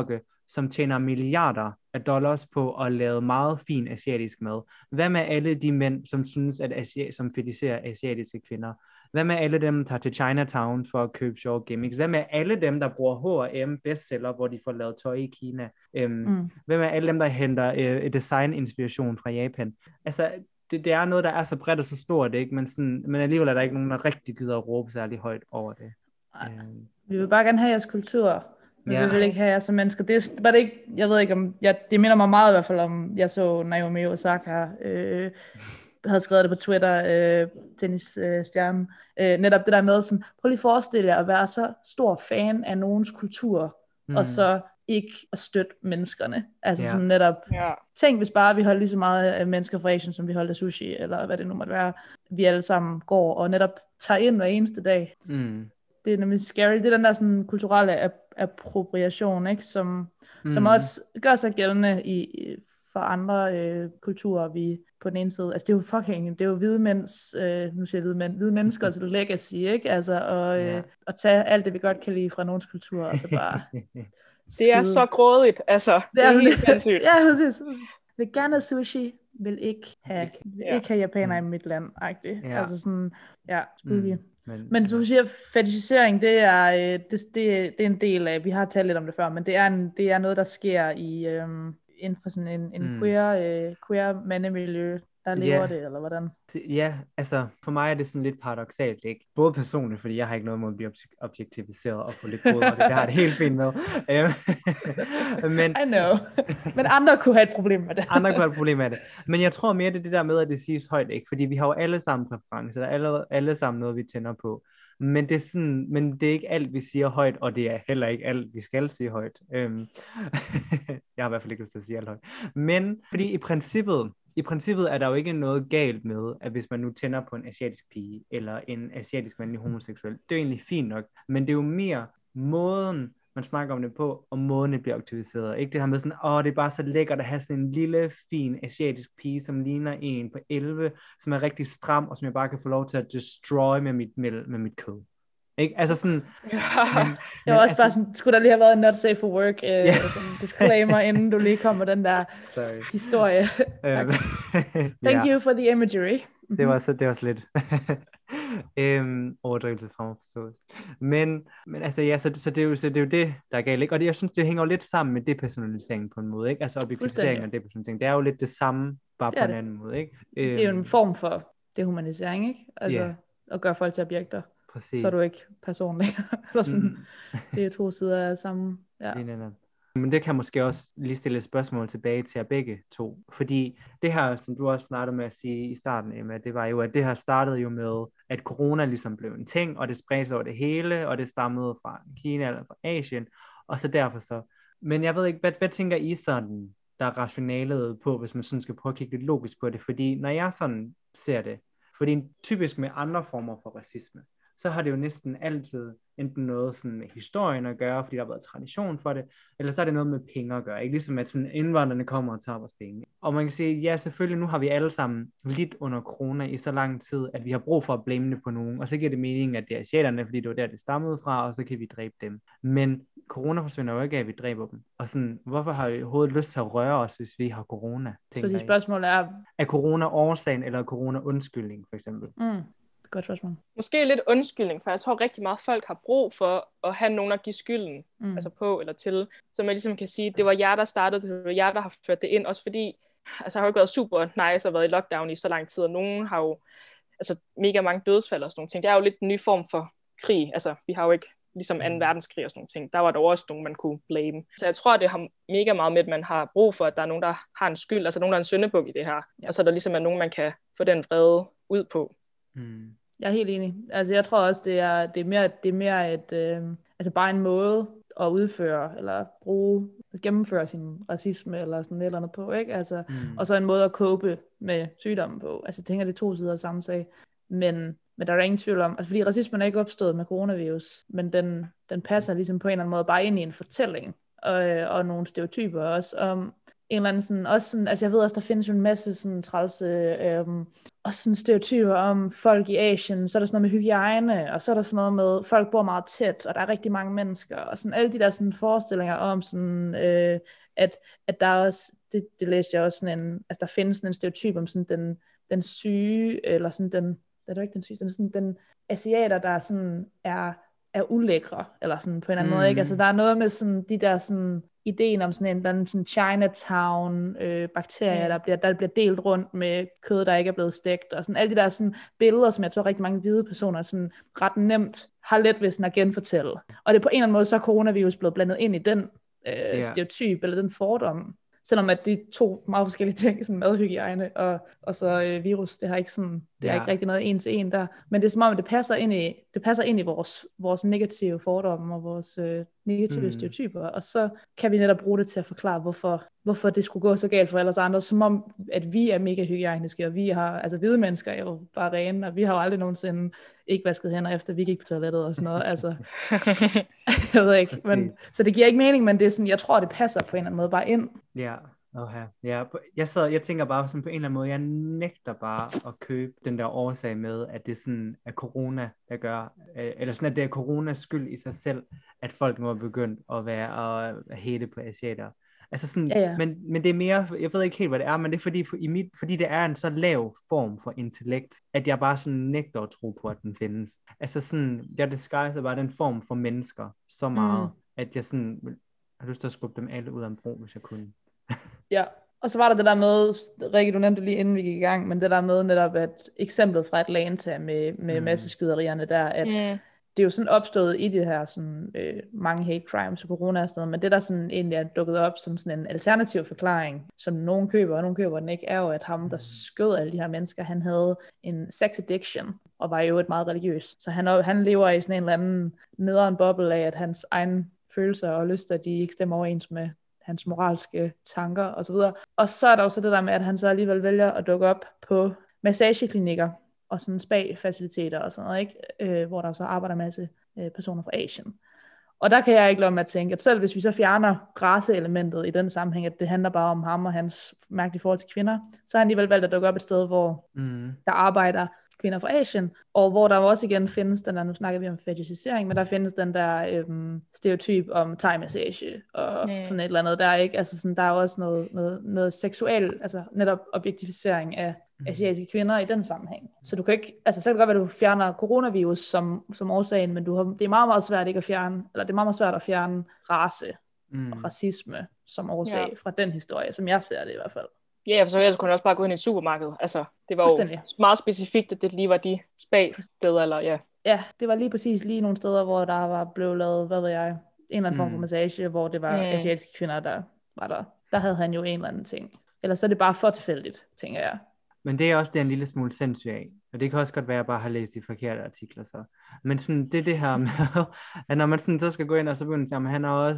som tjener milliarder af dollars på at lave meget fin asiatisk mad? Hvad med alle de mænd, som synes, som fetisherer asiatiske kvinder? Hvad med alle dem, der tager til Chinatown for at købe sjove gimmicks? Hvad med alle dem, der bruger H&M bestseller, hvor de får lavet tøj i Kina? Hvad med alle dem, der henter design-inspiration fra Japan? Altså, det er noget, der er så bredt og så stort, ikke? Men alligevel er der ikke nogen, der rigtig gider at råbe særlig højt over det. Vi vil bare gerne have jeres kultur. Men vi vil ikke have jer som mennesker. Det var det ikke, jeg ved ikke om, det minder mig meget i hvert fald om, jeg så Naomi Osaka, havde skrevet det på Twitter, tennisstjernen, netop det der med sådan, prøv lige at forestille jer at være så stor fan af nogens kultur, og så ikke at støtte menneskerne. Altså sådan netop, tænk hvis bare vi holdt lige så meget af mennesker fra Asien, som vi holdt af sushi, eller hvad det nu måtte være, vi alle sammen går og netop tager ind hver eneste dag. Det er nemlig scary. Det er den der sådan kulturelle appropriation, ikke? Som også gør sig gældende for andre kulturer, vi på den ene side. Altså det er jo hvide mænds, nu siger jeg hvide menneskers legacy, ikke? Altså at tage alt det, vi godt kan lide fra nogens kultur, og så bare det er så grådigt, altså. Det er helt sindssygt. Ja, præcis. Vil gerne have sushi, vil ikke have japanere i mit land, agtigt. Altså sådan, spooky. Men du siger, fetishisering, det er en del af, vi har talt lidt om det før, men det er noget, der sker inden for sådan en queer mandemiljø, der lever det, eller hvordan? Ja, altså for mig er det sådan lidt paradoksalt, ikke? Både personligt, fordi jeg har ikke noget mod at blive objektiviseret og få lidt kode, og det har det helt fint med. Men, I know. Men andre kunne have et problem med det. Andre kunne have et problem med det. Men jeg tror mere, det er det der med, at det siges højt, ikke? Fordi vi har jo alle sammen præferencer, der er alle sammen noget, vi tænder på. Men det er sådan, men det er ikke alt, vi siger højt, og det er heller ikke alt, vi skal sige højt. Jeg har i hvert fald ikke lyst til at sige alt højt. Men fordi i princippet er der jo ikke noget galt med, at hvis man nu tænder på en asiatisk pige, eller en asiatisk mandlig homoseksuel, det er jo egentlig fint nok, men det er jo mere måden, man snakker om det på, og måden det bliver aktiviseret. Ikke det her med sådan, det er bare så lækkert at have sådan en lille, fin asiatisk pige, som ligner en på 11, som er rigtig stram, og som jeg bare kan få lov til at destroy med mit kød. Ikke? Altså sådan... Jeg var også bare sådan, skulle der lige have været en not safe for work disclaimer, inden du lige kom med den der historie. Thank you for the imagery. Det var så lidt overdrivelse fra forståelse. Men altså ja, så det er jo det, der er galt, ikke? Og jeg synes, det hænger jo lidt sammen med depersonalisering på en måde, ikke? Altså objektivisering og depersonalisering, det er jo lidt det samme, bare på en anden måde, ikke? Det er jo en form for dehumanisering, ikke? Altså at gøre folk til objekter. Præcis. Så er du ikke personlig. Eller sådan. Det er to sider af samme. Ja. Men det kan måske også lige stille et spørgsmål tilbage til jer begge to. Fordi det her, som du også startede med at sige i starten, Emma, det var jo, at det her startede jo med, at corona ligesom blev en ting, og det spredte sig over det hele, og det stammede fra Kina eller fra Asien, og så derfor så. Men jeg ved ikke, hvad tænker I sådan, der er rationalet på, hvis man sådan skal prøve at kigge lidt logisk på det? Fordi når jeg sådan ser det, fordi typisk med andre former for racisme, så har det jo næsten altid enten noget sådan med historien at gøre, fordi der har været tradition for det, eller så er det noget med penge at gøre, ikke? Ligesom at sådan indvandrerne kommer og tager vores penge. Og man kan sige, ja selvfølgelig, nu har vi alle sammen lidt under corona i så lang tid, at vi har brug for at blame det på nogen, og så giver det mening, at det er asiaterne, fordi det var der, det stammede fra, og så kan vi dræbe dem. Men corona forsvinder jo ikke af, at vi dræber dem. Og sådan, hvorfor har vi overhovedet lyst til at røre os, hvis vi har corona? Så de spørgsmål er corona årsagen, eller corona undskyldning, for eksempel? Godt spørgsmål. Måske lidt undskyldning, for jeg tror rigtig meget folk har brug for at have nogen at give skylden altså på eller til, så man ligesom kan sige, det var jer, der startede, det var jer, der har ført det ind, også fordi, altså har jo ikke været super nice at være i lockdown i så lang tid, og nogen har jo altså mega mange dødsfald og sådan nogle ting. Det er jo lidt en ny form for krig, altså vi har jo ikke ligesom 2. verdenskrig og sådan nogle ting, der var der også nogen, man kunne blame. Så jeg tror, det har mega meget med, at man har brug for, at der er nogen, der har en skyld, altså nogen, der er en syndebuk i det her, og så der ligesom er nogen, man kan få den vrede ud på. Jeg er helt enig. Altså jeg tror også, det er mere et, altså bare en måde at udføre, eller gennemføre sin racisme, eller sådan et eller andet på, ikke? Altså, og så en måde at cope med sygdommen på. Altså jeg tænker, det er 2 sider af samme sag. Men der er ingen tvivl om, altså fordi racismen er ikke opstået med coronavirus, men den passer ligesom på en eller anden måde bare ind i en fortælling, og nogle stereotyper også om, en eller anden sådan, også sådan, altså jeg ved også, der findes jo en masse sådan trælse, også sådan stereotyper om folk i Asien, så er der sådan noget med hygiejne, og så er der sådan noget med, folk bor meget tæt, og der er rigtig mange mennesker, og sådan alle de der sådan forestillinger om sådan, at der er også, det læste jeg også sådan en, altså der findes sådan en stereotyp om sådan den syge, eller sådan den, det er ikke den syge, den er sådan den asiater, der sådan er ulækre, eller sådan på en eller anden måde, ikke? Altså der er noget med sådan de der sådan ideen om sådan en eller anden sådan Chinatown bakterier, der bliver delt rundt med kød, der ikke er blevet stegt, og sådan alle de der sådan billeder, som jeg tror rigtig mange hvide personer sådan ret nemt har let ved sådan at genfortælle. Og det er på en eller anden måde, så er coronavirus blevet blandet ind i den stereotyp, eller den fordom. Selvom at de to meget forskellige ting, sådan madhygiejne og så virus, det har ikke sådan, det er ikke rigtig noget en til en der. Men det er som om, det passer ind i vores negative fordomme og vores negative stereotyper, og så kan vi netop bruge det til at forklare, hvorfor det skulle gå så galt for alle os andre, som om, at vi er mega hygiejniske, og vi har, altså hvide mennesker er jo bare rene, og vi har jo aldrig nogensinde ikke vasket hænder, efter vi gik på toilettet og sådan noget, altså. Jeg ved ikke, men, så det giver ikke mening, men det er sådan, jeg tror, det passer på en eller anden måde bare ind. Ja, ja. Jeg tænker bare sådan på en eller anden måde, jeg nægter bare at købe den der årsag med, at det sådan er corona, der gør, eller sådan, at det er coronas skyld i sig selv, at folk nu er begyndt at være at hate på asiater. Altså sådan, ja. Men det er mere, jeg ved ikke helt, hvad det er, men det er fordi det er en så lav form for intellekt, at jeg bare sådan nægter at tro på, at den findes. Altså sådan, jeg disguiser bare den form for mennesker så meget, at jeg sådan har lyst til at skubbe dem alle ud af en bro, hvis jeg kunne. Ja, og så var der det der med, Rikke, du nævnte lige inden vi gik i gang, men det der med netop, at eksemplet fra Atlanta med masseskyderierne der, at det er jo sådan opstået i det her sådan, mange hate crimes og corona og sådan noget, men det der sådan egentlig er dukket op som sådan en alternativ forklaring, som nogen køber, og nogen køber den ikke, er jo, at ham, der skød alle de her mennesker, han havde en sex addiction, og var jo et meget religiøs. Så han lever i sådan en eller anden nederen boble af, at hans egen følelser og lyster, de ikke stemmer overens med hans moralske tanker og så videre. Og så er der også det der med, at han så alligevel vælger at dukke op på massageklinikker og sådan spa-faciliteter og sådan noget, ikke? Hvor der så arbejder en masse personer fra Asien. Og der kan jeg ikke lade mig at tænke, at selv hvis vi så fjerner raceelementet i den sammenhæng, at det handler bare om ham og hans mærkelige forhold til kvinder, så har han alligevel valgt at dukke op et sted, hvor der arbejder kvinder fra Asien, og hvor der også igen findes den der, nu snakker vi om fetishisering, men der findes den der stereotyp om thai-massage, og sådan et eller andet der, ikke? Altså sådan, der er også noget seksuel, altså netop objektificering af asiatiske kvinder i den sammenhæng. Så du kan ikke, altså så kan det godt være, at du fjerner coronavirus som årsagen, men det er meget, meget svært ikke at fjerne, eller det er meget, meget svært at fjerne race og racisme som årsag fra den historie, som jeg ser det i hvert fald. Ja, for så ellers kunne jeg også bare gå ind i et supermarked. Altså, det var jo meget specifikt, at det lige var de spa-steder, eller ja. Ja, det var lige præcis lige nogle steder, hvor der var blevet lavet, hvad ved jeg, en eller anden form for massage, hvor det var asiatiske kvinder, der var der. Der havde han jo en eller anden ting. Eller så er det bare for tilfældigt, tænker jeg. Men det er også det en lille smule sindssygt af. Og det kan også godt være, at jeg bare har læst de forkerte artikler så. Men sådan, det her med, at når man sådan, så skal gå ind og så begynde at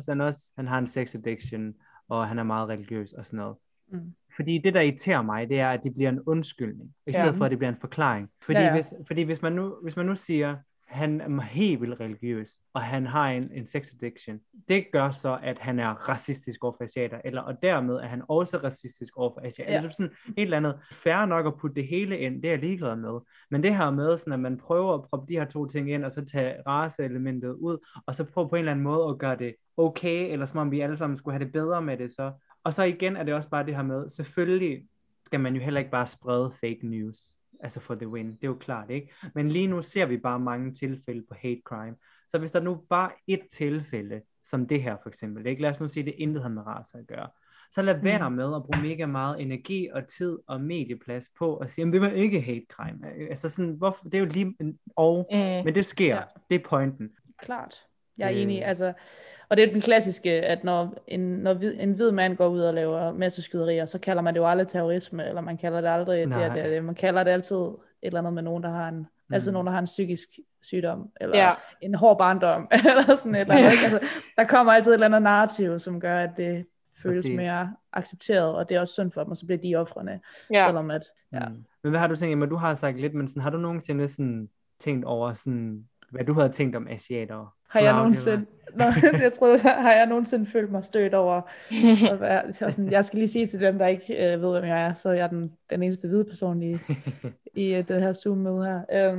han har en sex addiction, og han er meget religiøs og sådan noget. Fordi det, der irriterer mig, det er, at det bliver en undskyldning, i stedet for, at det bliver en forklaring. Fordi hvis man nu siger, han er helt vildt religiøs, og han har en sex addiction, det gør så, at han er racistisk over for asiater, og dermed er han også racistisk over for asiater. Det er sådan et eller andet fair nok at putte det hele ind, det er jeg ligeglad med. Men det her med, sådan, at man prøver at proppe de her to ting ind, og så tage raceelementet ud, og så prøve på en eller anden måde at gøre det okay, eller som om vi alle sammen skulle have det bedre med det så. Og så igen er det også bare det her med, selvfølgelig skal man jo heller ikke bare sprede fake news, altså for the win, det er jo klart, ikke? Men lige nu ser vi bare mange tilfælde på hate crime, så hvis der nu bare et tilfælde, som det her for eksempel, ikke? Lad os nu sige, det intet har med race at gøre, så lad være med at bruge mega meget energi og tid og medieplads på at sige, at det var ikke hate crime, altså sådan, hvorfor? Det er jo lige, men det sker, det er pointen. Klart, jeg er enig, altså. Og det er den klassiske, at når en hvid mand går ud og laver masseskyderier, så kalder man det jo aldrig terrorisme, eller man kalder det aldrig, man kalder det altid et eller andet med nogen, der har en psykisk sygdom, eller en hård barndom, eller sådan et eller andet. Altså, der kommer altid et eller andet narrativ, som gør, at det føles mere accepteret, og det er også synd for dem, og så bliver de ofrene, selvom at, Men hvad har du tænkt, du har sagt lidt, men sådan, har du nogensinde sådan tænkt over sådan, hvad du havde tænkt om asiater? Har jeg nogensinde... jeg troede, har jeg nogensinde følt mig stødt over at være sådan, jeg skal lige sige til dem, der ikke ved, hvem jeg er, så er jeg den eneste hvide person i det her Zoom-møde her.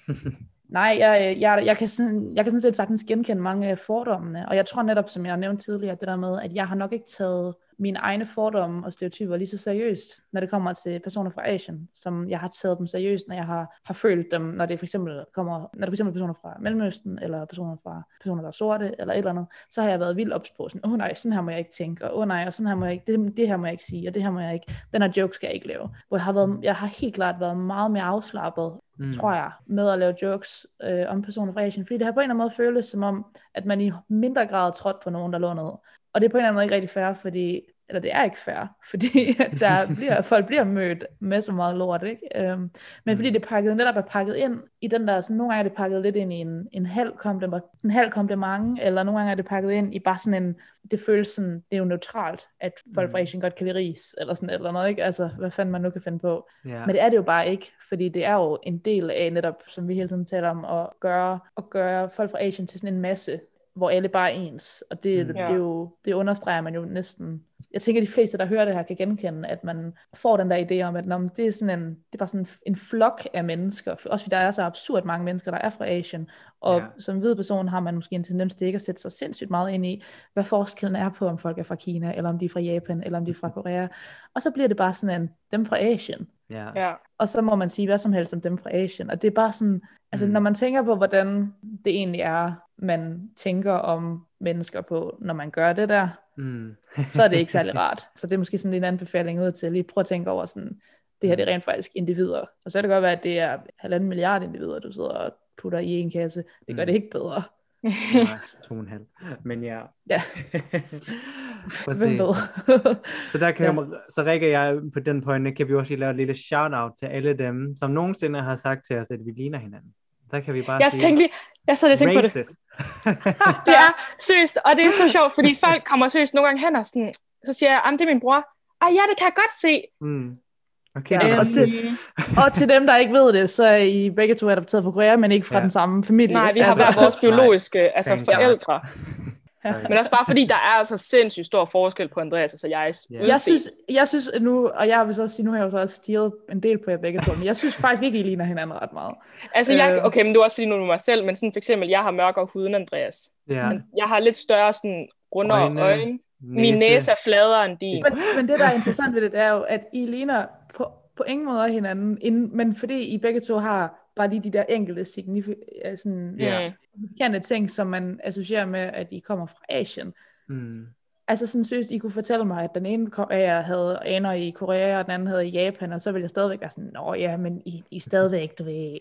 Nej, jeg kan sådan set sagtens genkende mange af fordommene, og jeg tror netop, som jeg nævnte tidligere, det der med, at jeg har nok ikke taget mine egne fordomme og stereotyper lige så seriøst, når det kommer til personer fra Asien, som jeg har taget dem seriøst, når jeg har følt dem, når det for eksempel personer fra Mellemøsten, eller personer, der er sorte, eller et eller andet, så har jeg været vildt ops på, sådan, nej, sådan her må jeg ikke tænke, og nej, og sådan her må jeg ikke, det her må jeg ikke sige, og det her må jeg ikke, den her joke skal jeg ikke lave. Hvor jeg har helt klart været meget mere afslappet, tror jeg, med at lave jokes om personer fra Asien, fordi det har på en eller anden måde føles som om, at man i mindre grad trådt på nogen, der lå ned. Og det er på en eller anden måde ikke rigtig fair, eller det er ikke fair, fordi folk bliver mødt med så meget lort, ikke? Men fordi det netop er pakket ind i den der, sådan, nogle gange er det pakket lidt ind i en halv kompliment, eller nogle gange er det pakket ind i bare sådan en, det føles sådan, det er jo neutralt, at folk fra Asien godt kan lide ris, eller sådan et eller andet, ikke? Altså, hvad fanden man nu kan finde på. Yeah. Men det er det jo bare ikke, fordi det er jo en del af netop, som vi hele tiden taler om, at gøre folk fra Asien til sådan en masse, hvor alle bare er ens, og det understreger man jo næsten. Jeg tænker, at de fleste, der hører det her, kan genkende, at man får den der idé om, at det er bare sådan en flok af mennesker, også fordi der er så absurd mange mennesker, der er fra Asien, og som hvid person har man måske en tendens til ikke at sætte sig sindssygt meget ind i, hvad forskellen er på, om folk er fra Kina, eller om de er fra Japan, eller om de er fra Korea, og så bliver det bare sådan dem fra Asien. Yeah. Og så må man sige hvad som helst om dem fra Asien, og det er bare sådan, altså når man tænker på, hvordan det egentlig er, man tænker om mennesker på, når man gør det der, så er det ikke særlig rart. Så det er måske sådan en anbefaling ud til, lige prøve at tænke over sådan, det her det er rent faktisk individer. Og så kan det godt være, at det er 1,5 milliard individer, du sidder og putter i en kasse. Det gør det ikke bedre. Ja, 2,5. Men ja. Hvem ved? Så der kan så rækker jeg på den pointe, kan vi også lige lave et lille shout-out til alle dem, som nogensinde har sagt til os, at vi ligner hinanden. Der kan vi bare sige... Jeg sad og tænkte på det. Det er seriøst, og det er så sjovt, fordi folk kommer seriøst nogle gange hen og sådan, så siger jeg, det er min bror. Ja, det kan jeg godt se. Okay, og til dem, der ikke ved det, så er I begge to adopteret fra Korea, men ikke fra den samme familie. Nej, vi har hver vores biologiske forældre. Men også bare fordi, der er altså sindssygt stor forskel på Andreas og jeg. Jeg synes nu, og jeg vil så sige, nu har jeg jo så også stjålet en del på jer begge to, men jeg synes faktisk ikke, I ligner hinanden ret meget. Altså, okay, men det er også fordi, nu er mig selv, men sådan for eksempel, jeg har mørkere hud end Andreas. Men jeg har lidt større sådan rundere øjne. Min næse er fladere end din. Men det, der er interessant ved det, er jo, at I ligner på ingen måde hinanden, men fordi I begge to har bare lige de der enkelte signifikante ting, som man associerer med, at I kommer fra Asien. Altså sådan seriøst, I kunne fortælle mig, at den ene havde aner i Korea, og den anden havde i Japan, og så ville jeg stadigvæk være sådan, men I stadigvæk, du ved.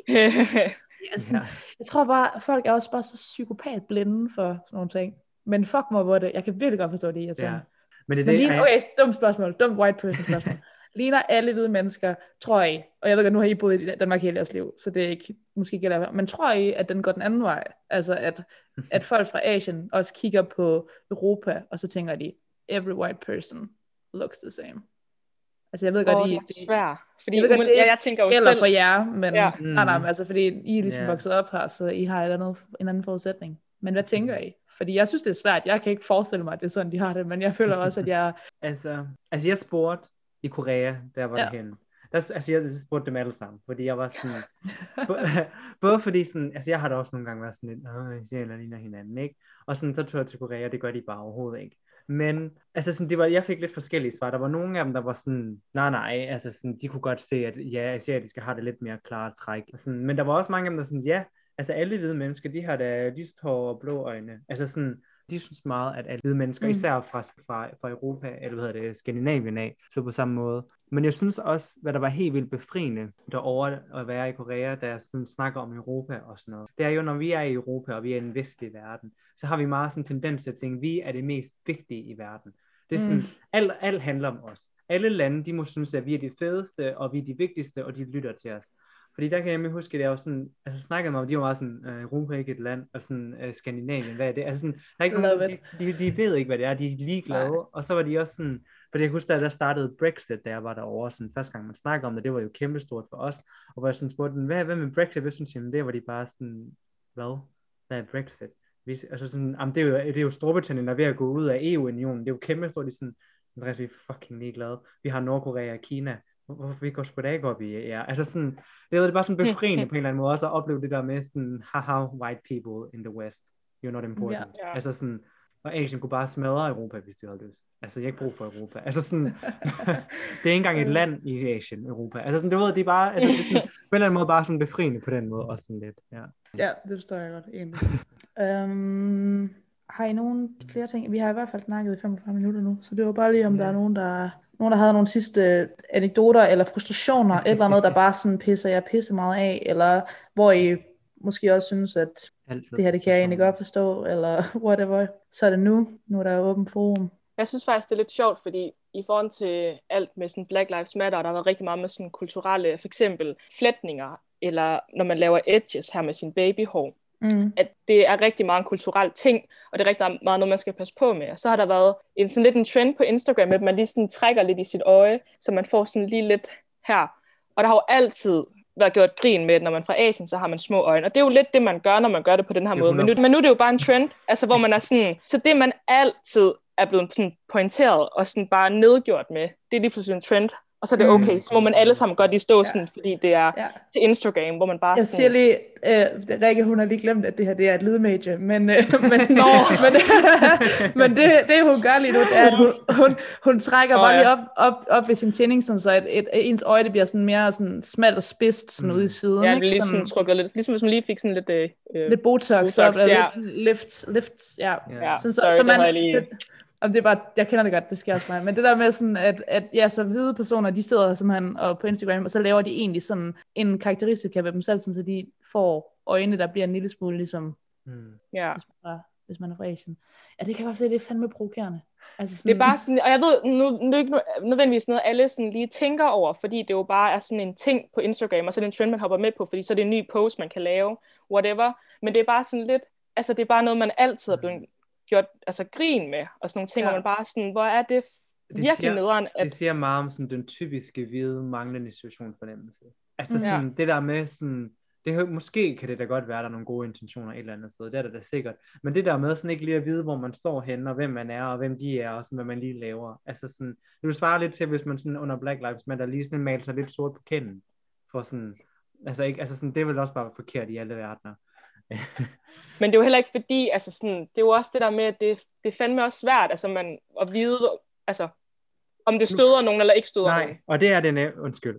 Jeg tror bare, folk er også bare så psykopatblinde for sådan nogle ting. Men fuck mig, hvor det, jeg kan virkelig godt forstå det, jeg tænker. Men okay, dumt spørgsmål, dumt white person spørgsmål. Ligner alle hvide mennesker, tror I, og jeg ved godt, nu har I boet i Danmark hele jeres liv, så det er ikke, måske ikke det, men tror I, at den går den anden vej? Altså, at folk fra Asien også kigger på Europa, og så tænker de, every white person looks the same. Altså, jeg ved godt, det er svært. Fordi jeg ved godt, det jeg tænker jo gælder selv for jer, men nej, altså, fordi I er ligesom vokset op her, så I har en anden forudsætning. Men hvad tænker I? Fordi jeg synes, det er svært. Jeg kan ikke forestille mig, at det er sådan, de har det, men jeg føler også, at jeg... Altså, jeg spurgte i Korea, der var derhenne. Jeg spurgte dem alle sammen, fordi jeg var sådan... både fordi sådan... Altså, jeg har da også nogle gange været sådan lidt... jeg ser eller ligner hinanden, ikke? Og sådan, så tog jeg til Korea, det gør de bare overhovedet ikke. Men, altså sådan, jeg fik lidt forskellige svar. Der var nogle af dem, der var sådan... Nej, altså sådan, de kunne godt se, at asiatiske har det lidt mere klart træk. Sådan, men der var også mange af dem, der sådan, altså alle hvide mennesker, de har da lyst hår og blå øjne. Altså sådan... De synes meget, at alle hvide mennesker, især fra Europa, eller Skandinavien af, så på samme måde. Men jeg synes også, hvad der var helt vildt befriende derovre at være i Korea, da jeg sådan snakker om Europa og sådan noget. Det er jo, når vi er i Europa, og vi er i en vestlig verden, så har vi meget sådan en tendens til at tænke, vi er det mest vigtige i verden. Det er sådan, alt handler om os. Alle lande, de må synes, at vi er de fedeste, og vi er de vigtigste, og de lytter til os. Fordi der kan jeg huske, at jeg var sådan, altså snakkede mig om, de var meget sådan, Europa er ikke et land, og sådan, Skandinavien, hvad er det? Altså sådan, der er ikke nogen, de ved ikke, hvad det er, de er ligeglade, og så var de også sådan, fordi jeg husker, at der startede Brexit, da jeg var derovre, sådan første gang man snakkede om det var jo kæmpestort for os, og hvor jeg sådan spurgte dem, hvad med Brexit, hvad synes I om det, var de bare sådan, hvad er Brexit? altså sådan, jamen, det er jo Storbritannien, der er ved at gå ud af EU-unionen. Det er jo kæmpe stort, de sådan, Andreas, vi er fucking ligeglade. Vi har Nordkorea og Kina. Hvorfor vi går sgu da ikke op i jer? Altså sådan, det er bare sådan befriende på en eller anden måde, også at opleve det der med sådan, haha, white people in the West, you're not important. Ja. Altså sådan, og Asien kunne bare smadre Europa, hvis de havde lyst. Altså, jeg har ikke brug for Europa. Altså sådan, det er ikke engang et land i Asien, Europa. Altså sådan, du ved, det er bare, altså, det er sådan, på en eller anden måde bare sådan befriende på den måde, også sådan lidt, ja. Ja, det forstår jeg godt, egentlig. Har I nogen flere ting? Vi har i hvert fald snakket i 45 minutter nu, så det var bare lige, om der er nogen, der havde nogle sidste anekdoter eller frustrationer, et eller andet, der bare sådan pisser jer pisse meget af, eller hvor I måske også synes, at altid det her, det kan jeg egentlig godt forstå, eller whatever. Så er det nu er der åben forum. Jeg synes faktisk, det er lidt sjovt, fordi i forhold til alt med sådan Black Lives Matter, der har været rigtig meget med sådan kulturelle, for eksempel flætninger, eller når man laver edges her med sin babyhår, at det er rigtig meget en kulturel ting, og det er rigtig meget noget, man skal passe på med. Og så har der været sådan lidt en trend på Instagram, at man lige sådan trækker lidt i sit øje, så man får sådan lige lidt her. Og der har jo altid været gjort grin med, at når man er fra Asien, så har man små øjne. Og det er jo lidt det, man gør, når man gør det på den her måde. Men nu er det jo bare en trend, altså hvor man er sådan, så det man altid er blevet sådan pointeret og sådan bare nedgjort med, det er lige pludselig en trend. Og så er det okay, så må man alle sammen godt lige stå sådan, fordi det er til Instagram, hvor man bare jeg sådan... siger lige, Rikke, hun har lige glemt, at det her det er et lydmedie, men det hun gør lige nu, det er, at hun trækker bare lige op ved sin tænding, sådan, så ens øje det bliver sådan mere sådan smalt og spidst sådan ude i siden. Ja, det bliver lige sådan trykket lidt, ligesom hvis man lige fik sådan lidt botox op, lidt lift, ja. Så man... Og det er bare, jeg kender det godt, det sker også mig. Men det der med sådan, at ja, så hvide personer, de sidder simpelthen på Instagram, og så laver de egentlig sådan en karakteristika ved dem selv, sådan, så de får øjne, der bliver en lille smule ligesom, hvis man er fra Asien. Ja, det kan jeg godt se, det er fandme provokerende. Altså sådan... Det er bare sådan, og jeg ved, nu er det ikke nødvendigvis noget, alle sådan lige tænker over, fordi det jo bare er sådan en ting på Instagram, og så er det en trend, man hopper med på, fordi så er det en ny post, man kan lave, whatever. Men det er bare sådan lidt, altså det er bare noget, man altid er blevet gjort altså grin med, og sådan nogle ting, hvor man bare sådan, hvor er det virkelig nederen. Det siger meget om sådan den typiske hvide manglende situationsfornemmelse. Altså sådan det der med sådan, måske kan det da godt være, der er nogle gode intentioner et eller andet sted, det er da sikkert, men det der med sådan ikke lige at vide, hvor man står henne, og hvem man er, og hvem de er, og sådan, hvad man lige laver. Altså sådan, det vil svare lidt til, hvis man sådan under Black Lives Matter lige sådan maler sig lidt sort på kinden, for sådan, altså ikke, altså sådan, det vil også bare være forkert i alle verdener. Men det er jo heller ikke fordi, altså sådan, det er jo også det der med, at det er fandme også svært, altså man at vide, altså om det støder nogen eller ikke støder nogen. Nej, og det er det undskyld.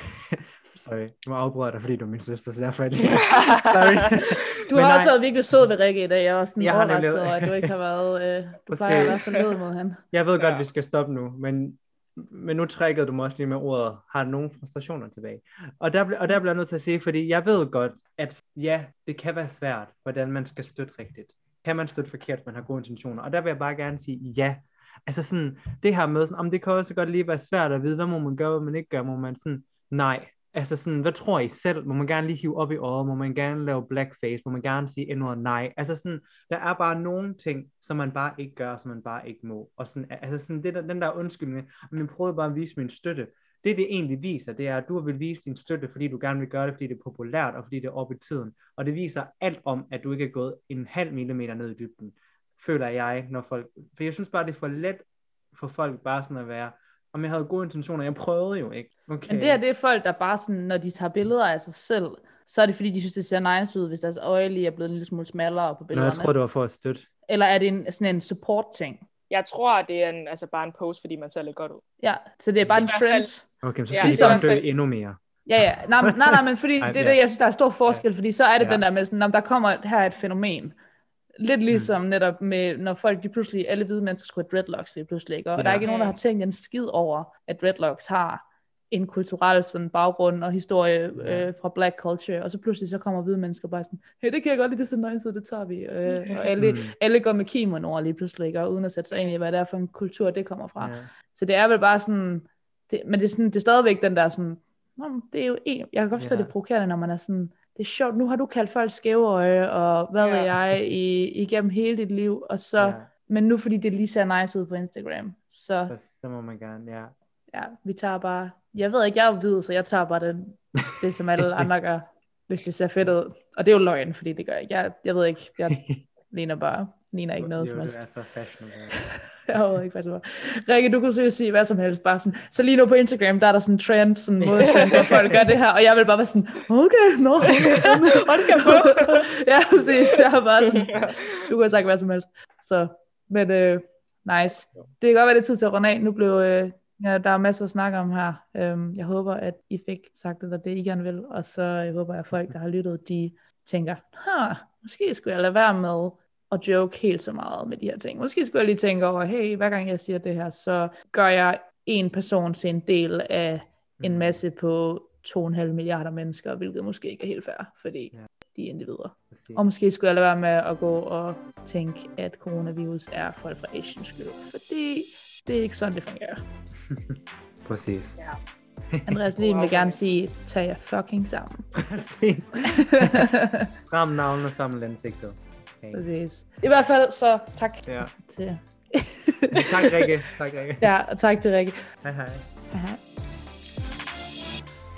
Sorry, jeg må afbryde dig, fordi du er min søster, så derfor er det sorry. Du har også været virkelig sød ved Rikke i dag. Jeg er også sådan overrasket over, at du ikke har været, du plejer at være så led mod han. Jeg ved godt, vi skal stoppe nu, men nu trækkede du mig også lige med ordet, har du nogle frustrationer tilbage? Og der bliver jeg nødt til at sige, fordi jeg ved godt, at ja, det kan være svært, hvordan man skal støtte rigtigt. Kan man støtte forkert, hvis man har gode intentioner? Og der vil jeg bare gerne sige ja. Altså sådan, det her med, sådan, det kan også godt lige være svært at vide, hvad må man gøre, hvad man ikke gør, må man sådan, nej. Altså sådan, hvad tror I selv? Må man gerne lige hive op i øjet? Må man gerne lave blackface? Må man gerne sige endnu nej? Altså sådan, der er bare nogle ting, som man bare ikke gør, som man bare ikke må. Og sådan, altså sådan, den der undskyldning, og jeg prøvede bare at vise min støtte. Det egentlig viser, det er, at du vil vise din støtte, fordi du gerne vil gøre det, fordi det er populært, og fordi det er oppe i tiden. Og det viser alt om, at du ikke er gået 0,5 millimeter ned i dybden, føler jeg, når folk... For jeg synes bare, det er for let for folk bare sådan at være... Om jeg havde gode intentioner, jeg prøvede jo ikke. Okay. Men det er folk, der bare sådan, når de tager billeder af sig selv, så er det fordi, de synes, det ser nice ud, hvis deres øje lige er blevet en lille smule smallere på billederne. Nå, jeg tror, det var for at støtte. Eller er det sådan en support-ting? Jeg tror, det er altså bare en post, fordi man ser lidt godt ud. Ja, så det er bare en trend. Okay, så skal de bare dø endnu mere. Ja. Nej, men fordi det er det, jeg synes, der er stor forskel, fordi så er det den der med sådan, der kommer her et fænomen. Lidt ligesom netop med, når folk de pludselig, alle hvide mennesker skulle have dreadlocks lige pludselig, ikke? Og der er ikke nogen, der har tænkt en skid over, at dreadlocks har en kulturel sådan baggrund og historie fra black culture, og så pludselig så kommer hvide mennesker bare sådan, hey, det kan jeg godt lide, det er så nice, det tager vi. Og alle går med kimonoer lige pludselig, ikke? Og uden at sætte sig ind i, hvad det er for en kultur, det kommer fra. Så det er vel bare sådan, men det er stadigvæk den der sådan, det er jo jeg kan godt forstå, det er provokerende, når man er sådan, det er sjovt, nu har du kaldt folk skæve øje, og hvad ved jeg, igennem hele dit liv, og så, men nu fordi det lige ser nice ud på Instagram, så må man gerne, ja, vi tager bare, jeg ved ikke, jeg er hvid, så jeg tager bare det som alle andre gør, hvis det ser fedt ud, og det er jo løgn, fordi det gør jeg ved ikke, ligner ikke noget som helst. Det er så fashionable. Jeg overhovedet ikke fashionable. Rikke, du kunne seriøst sige hvad som helst, bare sådan. Så lige nu på Instagram, der er der sådan en trend, sådan en modetrend, hvor folk gør det her, og jeg vil bare være sådan, okay, Hvad skal jeg på? Ja, præcis. Jeg er bare sådan, du kunne have sagt hvad som helst. Så, men nice. Det kan godt være, det er tid til at runde af. Nu blev, ja, der er masser at snakke om her. Jeg håber, at I fik sagt det I gerne vil, og så jeg håber, at folk, der har lyttet, de tænker, måske skulle jeg lade være med at joke helt så meget med de her ting. Måske skulle jeg lige tænke over, hey, hver gang jeg siger det her, så gør jeg en person til en del af en masse på 2,5 milliarder mennesker, hvilket måske ikke er helt fair, fordi de er individer. Og måske skulle jeg lade være med at gå og tænke, at coronavirus er folk fra Asian skyld, fordi det er ikke sådan, det fungerer. Præcis. Ja. Andreas Lien vil gerne sige, tag jer fucking sammen. Præcis. Stram navn og sammen ansigtet. Præcis. I hvert fald, så tak til... Ja, tak, Rikke. Ja, og tak til Rikke. Hej hej. Hej.